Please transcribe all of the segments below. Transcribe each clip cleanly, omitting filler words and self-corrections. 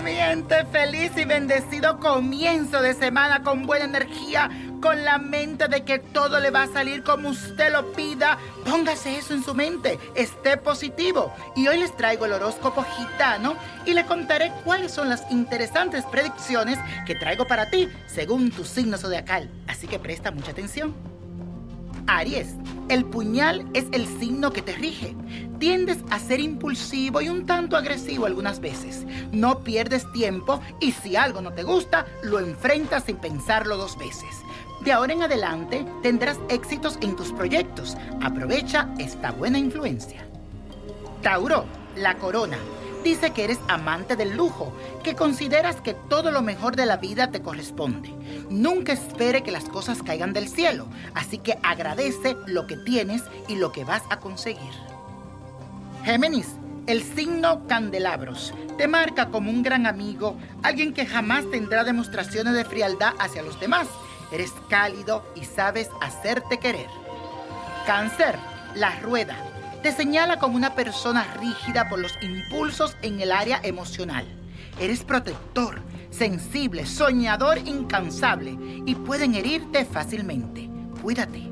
mi gente, feliz y bendecido comienzo de semana con buena energía, con la mente de que todo le va a salir como usted lo pida. Póngase eso en su mente, esté positivo. Y hoy les traigo el horóscopo gitano y le contaré cuáles son las interesantes predicciones que traigo para ti según tu signo zodiacal. Así que presta mucha atención. Aries, el puñal es el signo que te rige. Tiendes a ser impulsivo y un tanto agresivo algunas veces. No pierdes tiempo y si algo no te gusta, lo enfrentas sin pensarlo dos veces. De ahora en adelante tendrás éxitos en tus proyectos. Aprovecha esta buena influencia. Tauro, la corona. Dice que eres amante del lujo, que consideras que todo lo mejor de la vida te corresponde. Nunca espere que las cosas caigan del cielo, así que agradece lo que tienes y lo que vas a conseguir. Géminis, el signo candelabros, te marca como un gran amigo, alguien que jamás tendrá demostraciones de frialdad hacia los demás. Eres cálido y sabes hacerte querer. Cáncer, la rueda. Te señala como una persona rígida por los impulsos en el área emocional. Eres protector, sensible, soñador, incansable y pueden herirte fácilmente. Cuídate.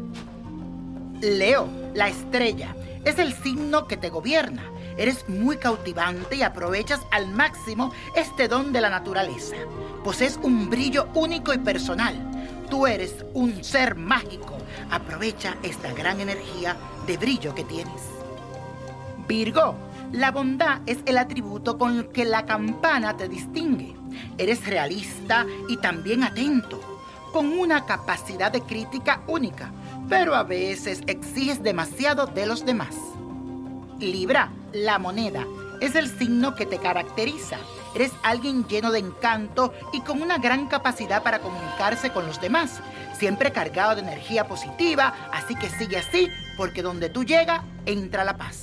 Leo, la estrella, es el signo que te gobierna. Eres muy cautivante y aprovechas al máximo este don de la naturaleza. Posees un brillo único y personal. Tú eres un ser mágico. Aprovecha esta gran energía de brillo que tienes. Virgo, la bondad es el atributo con el que la campana te distingue. Eres realista y también atento, con una capacidad de crítica única, pero a veces exiges demasiado de los demás. Libra, la moneda, es el signo que te caracteriza. Eres alguien lleno de encanto y con una gran capacidad para comunicarse con los demás, siempre cargado de energía positiva, así que sigue así, porque donde tú llegas, entra la paz.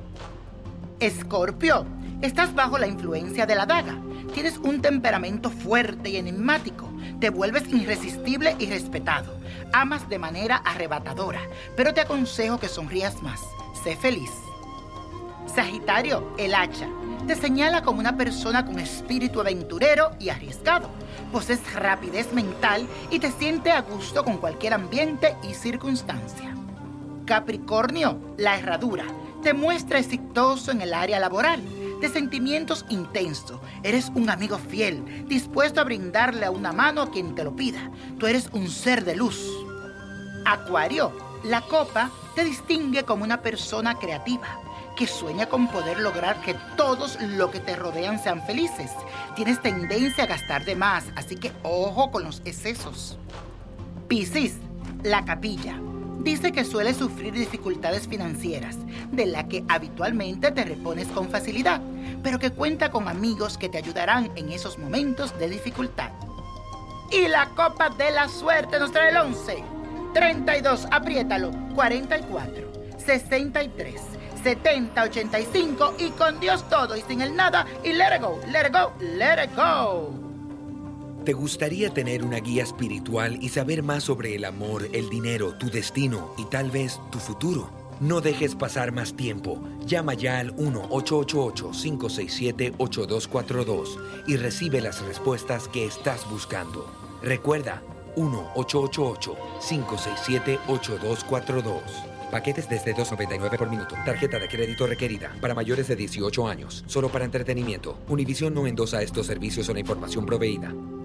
Escorpio, estás bajo la influencia de la daga. Tienes un temperamento fuerte y enigmático. Te vuelves irresistible y respetado. Amas de manera arrebatadora, pero te aconsejo que sonrías más. Sé feliz. Sagitario, el hacha, te señala como una persona con espíritu aventurero y arriesgado. Posees rapidez mental y te sientes a gusto con cualquier ambiente y circunstancia. Capricornio, la herradura, te muestra exitoso en el área laboral, de sentimientos intensos. Eres un amigo fiel, dispuesto a brindarle una mano a quien te lo pida. Tú eres un ser de luz. Acuario, la copa te distingue como una persona creativa, que sueña con poder lograr que todos los que te rodean sean felices. Tienes tendencia a gastar de más, así que ojo con los excesos. Piscis, la capilla, dice que sueles sufrir dificultades financieras, de la que habitualmente te repones con facilidad, pero que cuenta con amigos que te ayudarán en esos momentos de dificultad. Y la copa de la suerte nos trae el 11, 32, apriétalo, 44, 63, 70, 85 y con Dios todo y sin el nada y let it go, let it go, let it go. ¿Te gustaría tener una guía espiritual y saber más sobre el amor, el dinero, tu destino y tal vez tu futuro? No dejes pasar más tiempo. Llama ya al 1-888-567-8242 y recibe las respuestas que estás buscando. Recuerda, 1-888-567-8242. Paquetes desde $2.99 por minuto. Tarjeta de crédito requerida para mayores de 18 años. Solo para entretenimiento. Univision no endosa estos servicios o la información proveída.